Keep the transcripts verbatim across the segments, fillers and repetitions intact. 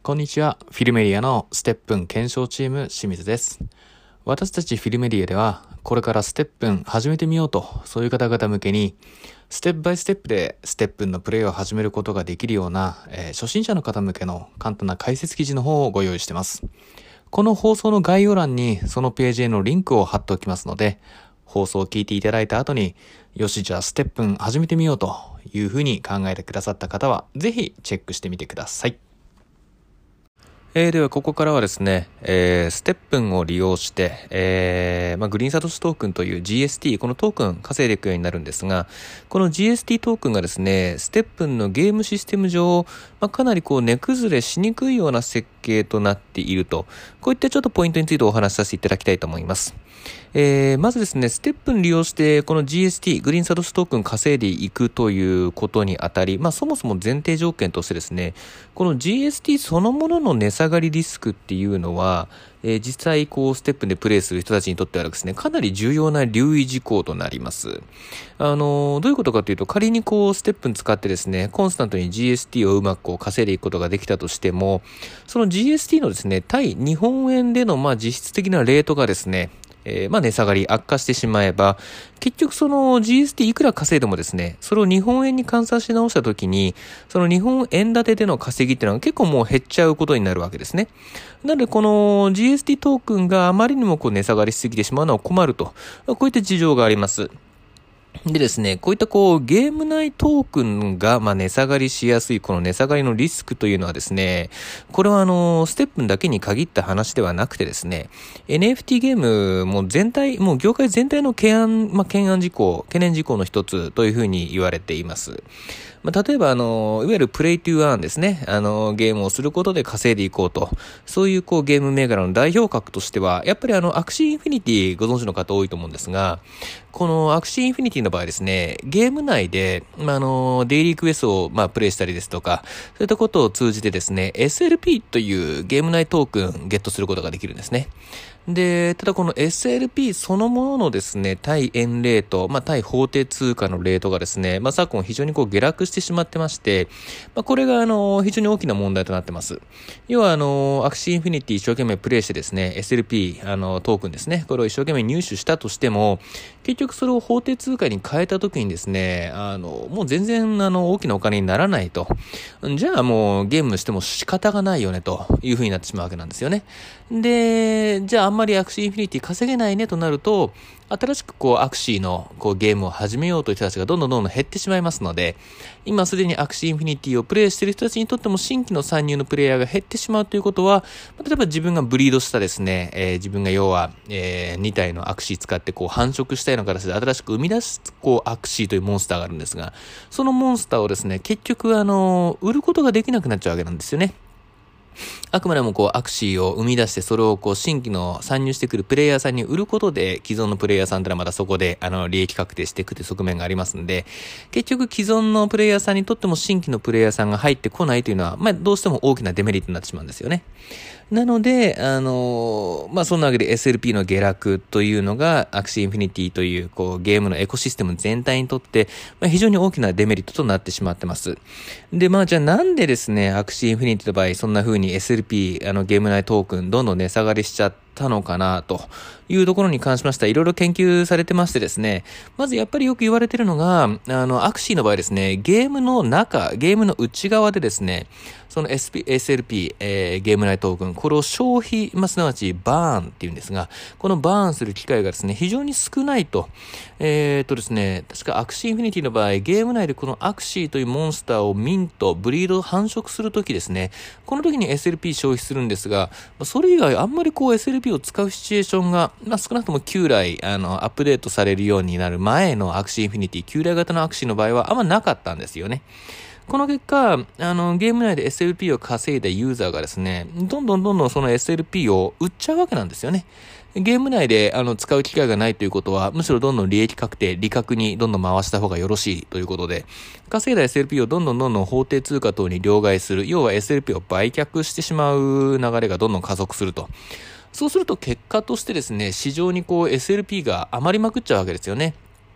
こんにちは。フィルメディアのステップン検証チーム清水です。私たちフィルメディアでは、これからステップン始めてみようと、そういう方々向けに、ステップバイステップでステップンのプレイを始めることができるような、えー、初心者の方向けの簡単な解説記事の方をご用意しています。この放送の概要欄にそのページへのリンクを貼っておきますので、放送を聞いていただいた後に、よし、じゃあステップン始めてみようというふうに考えてくださった方は、ぜひチェックしてみてください。えー、ではここからはですね、えー、ステップンを利用して、えーまあ、グリーンサトシトークンという ジーエスティー、このトークン稼いでいくようになるんですが、この ジーエスティー トークンがですね、ステップンのゲームシステム上、まあ、かなりこう値崩れしにくいような設計となっていると、こういったちょっとポイントについてお話しさせていただきたいと思います。えー、まずですね、ステップン利用してこの ジーエスティー、グリーンサトシトークン稼いでいくということにあたり、まあそもそも前提条件としてですね、この ジーエスティー そのものの値下がりリスクっていうのは、えー、実際こうステップンでプレイする人たちにとってはですね、かなり重要な留意事項となります。あのー、どういうことかというと、仮にこうステップン使ってですね、コンスタントに ジーエスティー をうまくこう稼いでいくことができたとしても、その ジーエスティー のですね、対日本円でのまあ実質的なレートがですね、えー、まあ値下がり悪化してしまえば、結局その ジーエスティー いくら稼いでもですね、それを日本円に換算し直したときに、その日本円建てでの稼ぎっていうのは結構もう減っちゃうことになるわけですね。なのでこの ジーエスティー トークンがあまりにもこう値下がりしすぎてしまうのは困ると、こういった事情があります。でですね、こういったこうゲーム内トークンがまあ値下がりしやすいこの値下がりのリスクというのはですね、これはあのステップンだけに限った話ではなくてですね、エヌエフティー ゲームも全体、もう業界全体の懸案、まあ懸案事項、懸念事項の一つというふうに言われています。まあ、例えばあのいわゆるプレイトゥーアーンですね、あのゲームをすることで稼いでいこうと、そういうこうゲーム銘柄の代表格としてはやっぱりあのアクシーインフィニティご存知の方多いと思うんですが、このアクシーインフィニティの場合ですね、ゲーム内で、まあ、あのデイリークエストをまあプレイしたりですとか、そういったことを通じてですね エスエルピー というゲーム内トークンゲットすることができるんですね。で、ただこの エスエルピー そのもののですね、対円レート、まあ対法定通貨のレートがですね、まあ昨今非常にこう下落してしまってまして、まあこれがあの、非常に大きな問題となってます。要はあの、アクシーインフィニティ一生懸命プレイしてですね、エスエルピー、あの、トークンですね、これを一生懸命入手したとしても、結局それを法定通貨に変えた時にですね、あの、もう全然あの、大きなお金にならないと。じゃあもうゲームしても仕方がないよね、という風になってしまうわけなんですよね。で、じゃああんまりアクシーインフィニティ稼げないねとなると、新しくこうアクシーのこうゲームを始めようという人たちがどんどんどんどん減ってしまいますので、今すでにアクシーインフィニティをプレイしている人たちにとっても新規の参入のプレイヤーが減ってしまうということは、例えば自分がブリードしたですね、えー、自分が要は、えー、に体のアクシー使ってこう繁殖したような形で新しく生み出すこうアクシーというモンスターがあるんですが、そのモンスターをですね、結局あの、売ることができなくなっちゃうわけなんですよね。あくまでもこうアクシーを生み出してそれをこう新規の参入してくるプレイヤーさんに売ることで既存のプレイヤーさんってのはまたそこであの利益確定していくという側面がありますんで、結局既存のプレイヤーさんにとっても新規のプレイヤーさんが入ってこないというのはまあどうしても大きなデメリットになってしまうんですよね。なので、あのー、まあ、そんなわけで エスエルピー の下落というのが、アクシーインフィニティという、こう、ゲームのエコシステム全体にとって、まあ、非常に大きなデメリットとなってしまってます。で、まあ、じゃあなんでですね、アクシーインフィニティの場合、そんな風に エスエルピー、あの、ゲーム内トークン、どんどん値下がりしちゃって、たのかなというところに関しましてはいろいろ研究されてましてですね、まずやっぱりよく言われているのが、あのアクシーの場合ですね、ゲームの中、ゲームの内側でですね、その エスピー、エスエルピー、えー、ゲーム内トークン、これを消費、まあ、すなわちバーンっていうんですが、このバーンする機会がですね、非常に少ないと。えーとですね、確かアクシーインフィニティの場合、ゲーム内でこのアクシーというモンスターをミント、ブリード、繁殖するときですね、この時に エスエルピー 消費するんですが、それ以外あんまりこう エスエルピー を使うシチュエーションが、まあ、少なくとも旧来あのアップデートされるようになる前のアクシーインフィニティ、旧来型のアクシーの場合はあんまなかったんですよね。この結果、あの、ゲーム内で エスエルピー を稼いだユーザーがですね、どんどんどんどんその エスエルピー を売っちゃうわけなんですよね。ゲーム内であの使う機会がないということは、むしろどんどん利益確定、利確にどんどん回した方がよろしいということで、稼いだ エスエルピー をどんどんどんどん法定通貨等に両替する、要は エスエルピー を売却してしまう流れがどんどん加速すると。そうすると結果としてですね、市場にこう エスエルピー が余りまくっちゃうわけですよね。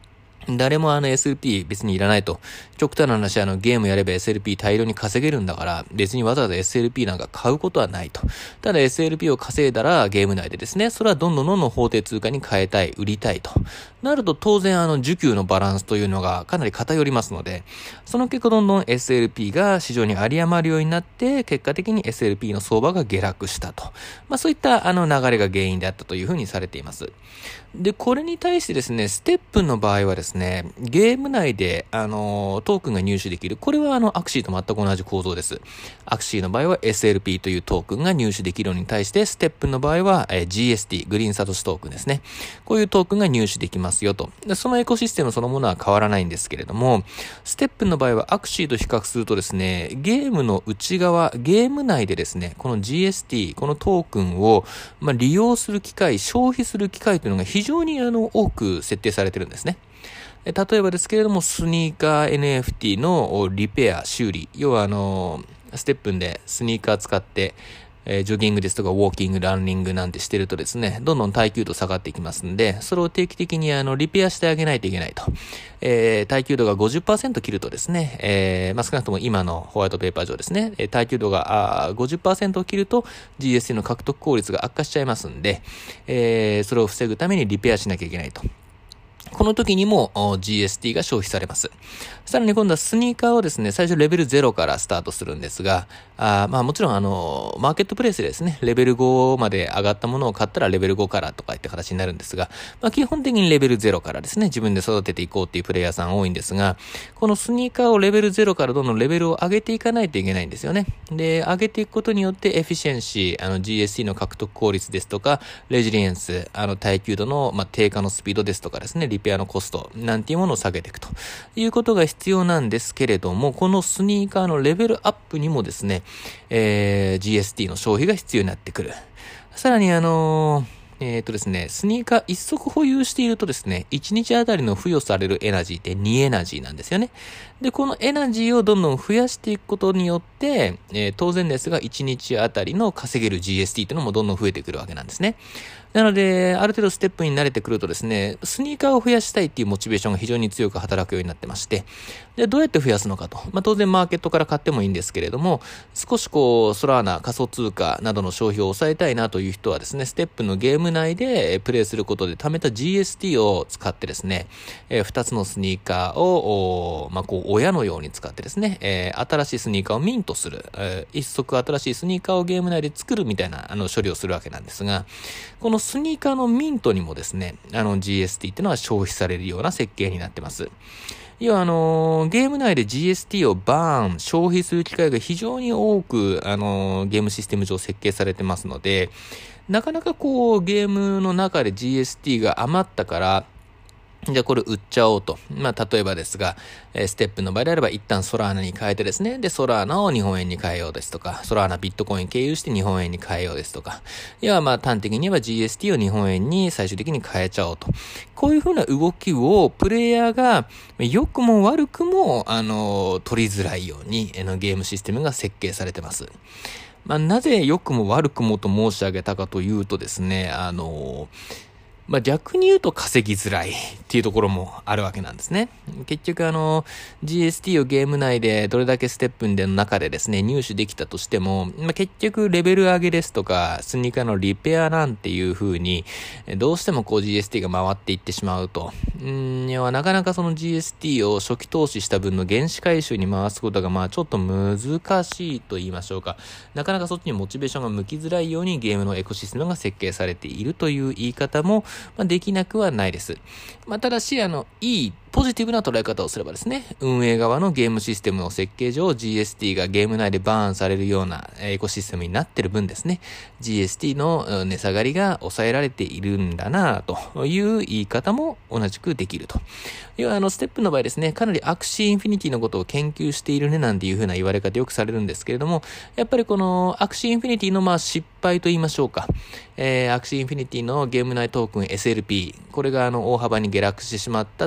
誰もあの エスエルピー 別にいらないと。極端な話、あのゲームやれば エスエルピー 大量に稼げるんだから、別にわざわざ エスエルピー なんか買うことはないと。ただ エスエルピー を稼いだらゲーム内でですね、それはどんどんどんどん法定通貨に変えたい、売りたいと。なると当然あの需給のバランスというのがかなり偏りますので、その結果どんどん エスエルピー が市場に有り余るようになって、結果的に エスエルピー の相場が下落したと。まあそういったあの流れが原因であったというふうにされています。で、これに対してですね、ステップンの場合はですね、ゲーム内で、あの、トークンが入手できる。これはあの、アクシーと全く同じ構造です。アクシーの場合は エスエルピー というトークンが入手できるのに対して、ステップンの場合は、えー、ジーエスティー、グリーンサトシトークンですね。こういうトークンが入手できますよと。で、そのエコシステムそのものは変わらないんですけれども、ステップンの場合はアクシーと比較するとですね、ゲームの内側、ゲーム内でですね、この ジーエスティー、このトークンを、まあ、利用する機会、消費する機会というのが非常にあの、多く設定されてるんですね。例えばですけれども、スニーカー エヌエフティー のリペア、修理。要はあの、ステップンでスニーカー使って、えー、ジョギングですとかウォーキング、ランニングなんてしてるとですね、どんどん耐久度下がっていきますんで、それを定期的にあの、リペアしてあげないといけないと。えー、耐久度が ごじゅっパーセント 切るとですね、えー、まあ、少なくとも今のホワイトペーパー上ですね、耐久度があ ごじゅっパーセント を切ると ジーエスティー の獲得効率が悪化しちゃいますんで、えー、それを防ぐためにリペアしなきゃいけないと。この時にも ジーエスティー が消費されます。さらに今度はスニーカーをですね、最初レベルゼロからスタートするんですが、あまあもちろんあの、マーケットプレイスでですね、レベルごまで上がったものを買ったらレベルごからとかいった形になるんですが、まあ基本的にレベルゼロからですね、自分で育てていこうっていうプレイヤーさん多いんですが、このスニーカーをレベルゼロからどんどんレベルを上げていかないといけないんですよね。で、上げていくことによってエフィシェンシー、あの ジーエスティー の獲得効率ですとか、レジリエンス、あの耐久度の、まあ、低下のスピードですとかですね、リペアのコストなんていうものを下げていくということが必要なんですけれども、このスニーカーのレベルアップにもですね、えー、ジーエスティー の消費が必要になってくる。さらにあのーえっとですね、スニーカー一足保有しているとですね、いちにちあたりの付与されるエナジーってにエナジーなんですよね。で、このエナジーをどんどん増やしていくことによって、えー、当然ですがいちにちあたりの稼げる ジーエスティー というのもどんどん増えてくるわけなんですね。なので、ある程度ステップに慣れてくるとですね、スニーカーを増やしたいっていうモチベーションが非常に強く働くようになってまして、で、どうやって増やすのかと。まあ、当然マーケットから買ってもいいんですけれども、少しこう、ソラーナ、仮想通貨などの消費を抑えたいなという人はですね、ステップのゲーム内でプレイすることで貯めた ジーエスティー を使ってですね、えー、ふたつのスニーカーを、まあ、こう、親のように使ってですね、えー、新しいスニーカーをミントする、えー、一足新しいスニーカーをゲーム内で作るみたいな、あの、処理をするわけなんですが、このスニーカーのミントにもですね、あの ジーエスティー っていうのは消費されるような設計になってます。要はあのー、ゲーム内で ジーエスティー をバーン、消費する機会が非常に多く、あのー、ゲームシステム上設計されてますので、なかなかこう、ゲームの中で ジーエスティー が余ったから、じゃあこれ売っちゃおうと。まあ例えばですが、えー、ステップの場合であれば一旦ソラーナに変えてですね、でソラーナを日本円に変えようですとか、ソラーナビットコイン経由して日本円に変えようですとか、要はまあ端的に言えば ジーエスティー を日本円に最終的に変えちゃおうと。こういうふうな動きをプレイヤーが良くも悪くもあの取りづらいようにあのゲームシステムが設計されてます。まあなぜ良くも悪くもと申し上げたかというとですね、あのまあ、逆に言うと稼ぎづらいっていうところもあるわけなんですね。結局あの ジーエスティー をゲーム内でどれだけステップンでの中でですね入手できたとしても、まあ、結局レベル上げですとかスニーカーのリペアなんていう風にどうしてもこう ジーエスティー が回っていってしまうと、ん要はなかなかその ジーエスティー を初期投資した分の原資回収に回すことがまあちょっと難しいと言いましょうか。なかなかそっちにモチベーションが向きづらいようにゲームのエコシステムが設計されているという言い方もまあ、できなくはないです。まあ、ただし、あの、いい、ポジティブな捉え方をすればですね、運営側のゲームシステムの設計上、ジーエスティー がゲーム内でバーンされるようなエコシステムになっている分ですね、ジーエスティー の値下がりが抑えられているんだなという言い方も同じくできると。要は、あの、ステップの場合ですね、かなりアクシーインフィニティのことを研究しているねなんていう風な言われ方よくされるんですけれども、やっぱりこのアクシーインフィニティのまあ失敗と言いましょうか、えー、アクシーインフィニティのゲーム内トークン エスエルピー、これがあの大幅に下落してしまったという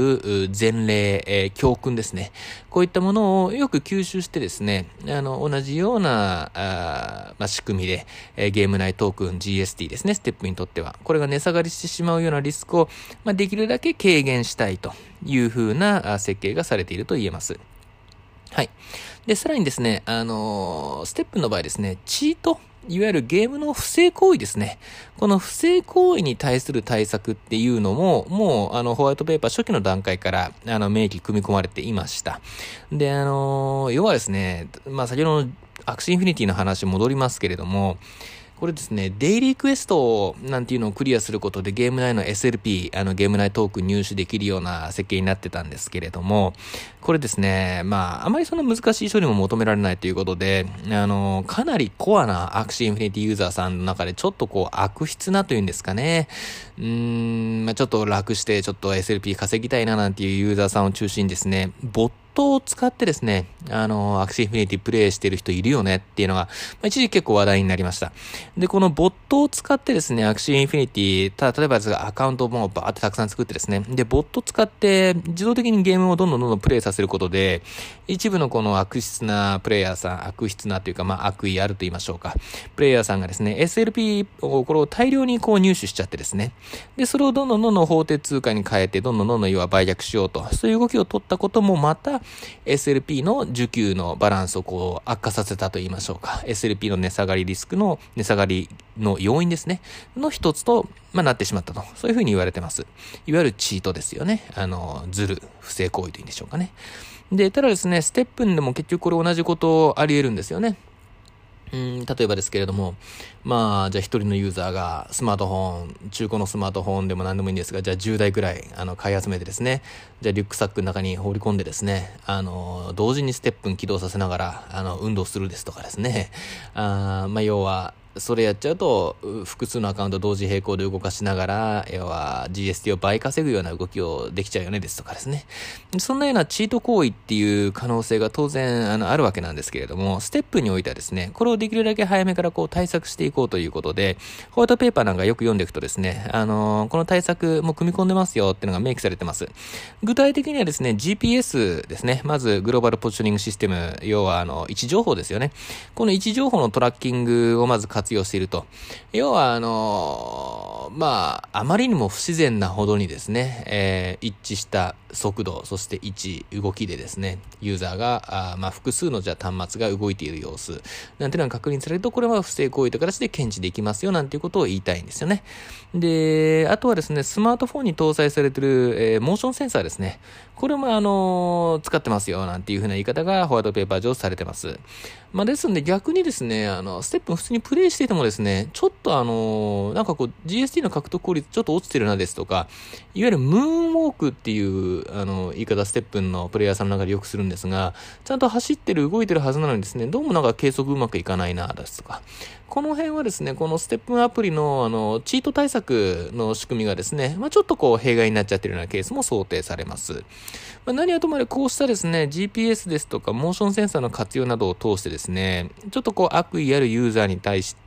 る前例、えー、教訓ですね。こういったものをよく吸収してですね、あの、同じような、あまあ、仕組みで、えー、ゲーム内トークン ジーエスティー ですね、ステップにとっては。これが値下がりしてしまうようなリスクを、まあ、できるだけ軽減したいという風な設計がされていると言えます。はい。で、さらにですね、あのー、ステップの場合ですね、チート、いわゆるゲームの不正行為ですね。この不正行為に対する対策っていうのも、もう、あの、ホワイトペーパー初期の段階から、あの、明記組み込まれていました。で、あのー、要はですね、まあ、先ほどのアクシーインフィニティの話戻りますけれども、これですね、デイリークエストなんていうのをクリアすることでゲーム内の エスエルピー、あのゲーム内トークン入手できるような設計になってたんですけれども、これですね、まあ、あまりそんな難しい処理も求められないということで、あの、かなりコアなアクシーインフィニティユーザーさんの中でちょっとこう悪質なというんですかね、うーん、まあ、ちょっと楽してちょっと エスエルピー 稼ぎたいななんていうユーザーさんを中心にですね、ボットを使ってですね、あの、アクシーインフィニティプレイしてる人いるよねっていうのが、まあ、一時結構話題になりました。で、このボットを使ってですね、アクシーインフィニティ、た例えばですが、アカウントをもうバーってたくさん作ってですね、で、ボットを使って自動的にゲームをどんどんどんどんプレイさせることで、一部のこの悪質なプレイヤーさん、悪質なというか、まあ、悪意あると言いましょうか、プレイヤーさんがですね、エスエルピー をこれを大量にこう入手しちゃってですね、で、それをどんどんどんどん法定通貨に変えて、どんどんどんどん要は売却しようと、そういう動きを取ったこともまた、エスエルピー の需給のバランスをこう悪化させたと言いましょうか。エスエルピー の値下がりリスクの値下がりの要因ですね。の一つと、まあ、なってしまったと。そういうふうに言われてます。いわゆるチートですよね。あの、ずる、不正行為というんでしょうかね。で、ただですね、ステップンでも結局これ同じことあり得るんですよね。うん、例えばですけれども、まあ、じゃあ一人のユーザーがスマートフォン、中古のスマートフォンでも何でもいいんですが、じゃあじゅうだいぐらい、あの、買い集めてですね、じゃあリュックサックの中に放り込んでですね、あの、同時にステップン起動させながら、あの、運動するですとかですね、あまあ、要は、それやっちゃうと複数のアカウント同時並行で動かしながら要は ジーエスティー を倍稼ぐような動きをできちゃうよねですとかですね、そんなようなチート行為っていう可能性が当然あのあるわけなんですけれども、ステップにおいてはですね、これをできるだけ早めからこう対策していこうということで、ホワイトペーパーなんかよく読んでいくとですね、あのー、この対策も組み込んでますよっていうのが明記されてます。具体的にはですね、ジーピーエス ですね、まずグローバルポジショニングシステム、要はあの位置情報ですよね。この位置情報のトラッキングをまず活用していると。要は、あのー、まあ、あまりにも不自然なほどにですね、えー、一致した速度、そして位置、動きでですね、ユーザーが、あまあ、複数のじゃあ端末が動いている様子、なんていうのが確認されると、これは不正行為という形で検知できますよ、なんていうことを言いたいんですよね。で、あとはですね、スマートフォンに搭載されている、えー、モーションセンサーですね。これも、あのー、使ってますよ、なんていうふうな言い方がホワイトペーパー上されてます。まあ、ですんで逆にですね、あの、ステップ普通にプレイしていてもですね、ちょっとあの、なんかこう、ジーエスティー の獲得効率ちょっと落ちてるなですとか、いわゆるムーンウォークっていう、あの、言い方、ステップのプレイヤーさんの中でよくするんですが、ちゃんと走ってる、動いてるはずなのにですね、どうもなんか計測うまくいかないな、ですとか、この辺はですね、このステップアプリの、あの、チート対策の仕組みがですね、まあ、ちょっとこう、弊害になっちゃってるようなケースも想定されます。まあ、何はともあれこうしたですね、ジーピーエス ですとか、モーションセンサーの活用などを通してですね、ちょっとこう、悪意あるユーザーに対して、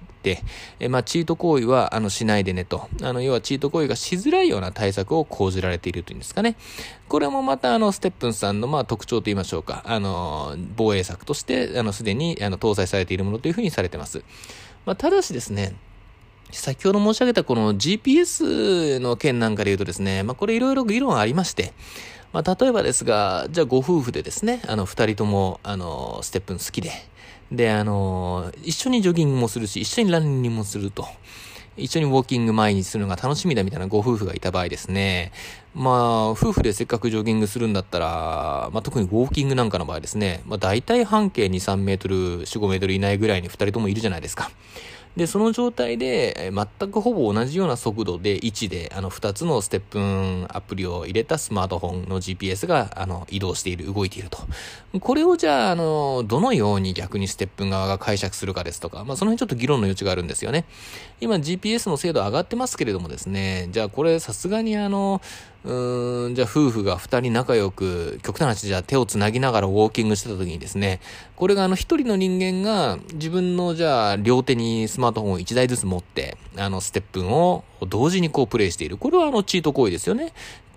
えまあ、チート行為は、あの、しないでねと。あの、要はチート行為がしづらいような対策を講じられているというんですかね。これもまた、あの、ステップンさんの、まあ、特徴と言いましょうか。あの、防衛策として、あの、すでに、あの、搭載されているものというふうにされています。まあ、ただしですね、先ほど申し上げたこの ジーピーエス の件なんかで言うとですね、まあ、これいろいろ議論ありまして、まあ、例えばですが、じゃあご夫婦でですね、あの、二人とも、あの、ステップン好きで、で、あの、一緒にジョギングもするし、一緒にランニングもすると。一緒にウォーキング毎日するのが楽しみだみたいなご夫婦がいた場合ですね。まあ、夫婦でせっかくジョギングするんだったら、まあ特にウォーキングなんかの場合ですね、まあ大体半径に、さんメートル、よん、ごメートル以内ぐらいに二人ともいるじゃないですか。で、その状態で、全くほぼ同じような速度で、位置で、あの、二つのステップンアプリを入れたスマートフォンの ジーピーエス が、あの、移動している、動いていると。これをじゃあ、あの、どのように逆にステップン側が解釈するかですとか、まあ、その辺ちょっと議論の余地があるんですよね。今 ジーピーエス の精度上がってますけれどもですね、じゃあこれさすがにあの、うーん、じゃあ夫婦が二人仲良く、極端な話じゃあ手をつなぎながらウォーキングしてた時にですね、これがあの一人の人間が自分のじゃあ両手にスマートフォンを一台ずつ持って、あのステップンを同時にこうプレイしている。これはあのチート行為ですよね。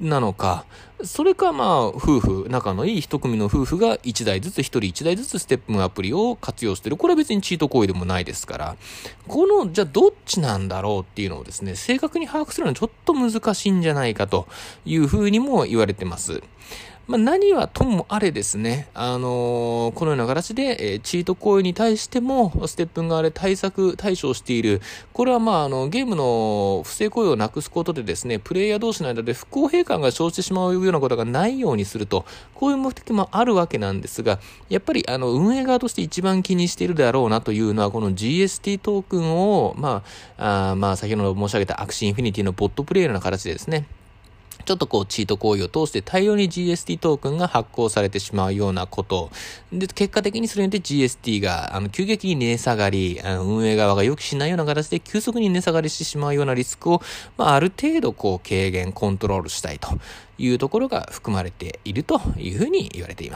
なのか、それかまあ夫婦、仲のいい一組の夫婦が一台ずつ、一人一台ずつステップンアプリを活用してる。これは別にチート行為でもないですから、この、じゃあどっちなんだろうっていうのをですね、正確に把握するのはちょっと難しいんじゃないかというふうにも言われてます。まあ、何はともあれですね、あのー、このような形で、えー、チート行為に対しても、ステップン側で対策、対処している。これはまあ、あの、ゲームの不正行為をなくすことでですね、プレイヤー同士の間で不公平感が生じてしまうようなことがないようにすると、こういう目的もあるわけなんですが、やっぱり、あの、運営側として一番気にしているであろうなというのは、この ジーエスティー トークンを、まあ、あまあ、先ほど申し上げたアクシーインフィニティのボットプレイのような形でですね、ちょっとこうチート行為を通して大量に ジーエスティー トークンが発行されてしまうようなこと。で、結果的にそれによって ジーエスティー があの急激に値下がり、あの運営側が予期しないような形で急速に値下がりしてしまうようなリスクを、まあ、ある程度こう軽減、コントロールしたいというところが含まれているというふうに言われています。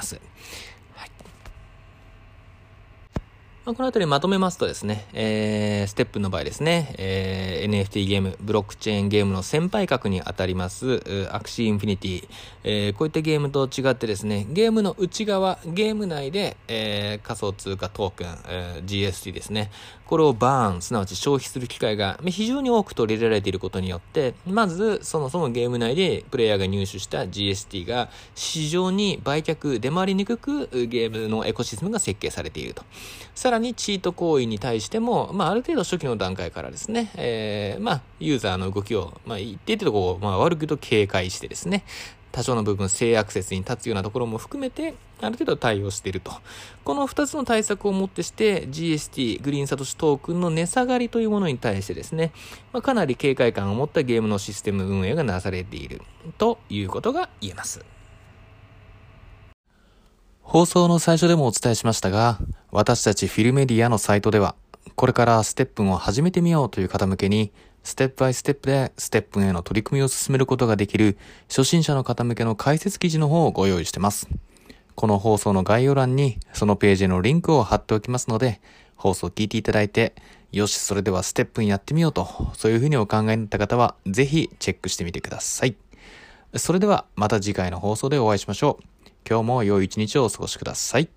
このあたりまとめますとですね、えー、ステップの場合ですね、えー、エヌエフティー ゲーム、ブロックチェーンゲームの先輩格にあたります、アクシーインフィニティ、えー、こういったゲームと違ってですね、ゲームの内側、ゲーム内で、えー、仮想通貨トークン、えー、ジーエスティー ですね、これをバーン、すなわち消費する機会が非常に多く取り入れられていることによって、まずそもそもゲーム内でプレイヤーが入手した ジーエスティー が市場に売却、出回りにくくゲームのエコシステムが設計されていると。さらにチート行為に対しても、まあ、ある程度初期の段階からですね、えー、まあ、ユーザーの動きを、まあ、一定程度こう、まあ、悪く言うと警戒してですね、多少の部分性アクセスに立つようなところも含めて、ある程度対応していると。この二つの対策をもってして、ジーエスティー、グリーンサトシトークンの値下がりというものに対してですね、まあ、かなり警戒感を持ったゲームのシステム運営がなされているということが言えます。放送の最初でもお伝えしましたが、私たちフィルメディアのサイトでは、これからステップンを始めてみようという方向けに、ステップバイステップでステップンへの取り組みを進めることができる初心者の方向けの解説記事の方をご用意しています。この放送の概要欄にそのページへのリンクを貼っておきますので、放送を聞いていただいて、よし、それではステップンやってみようと、そういうふうにお考えになった方は、ぜひチェックしてみてください。それではまた次回の放送でお会いしましょう。今日も良い一日をお過ごしください。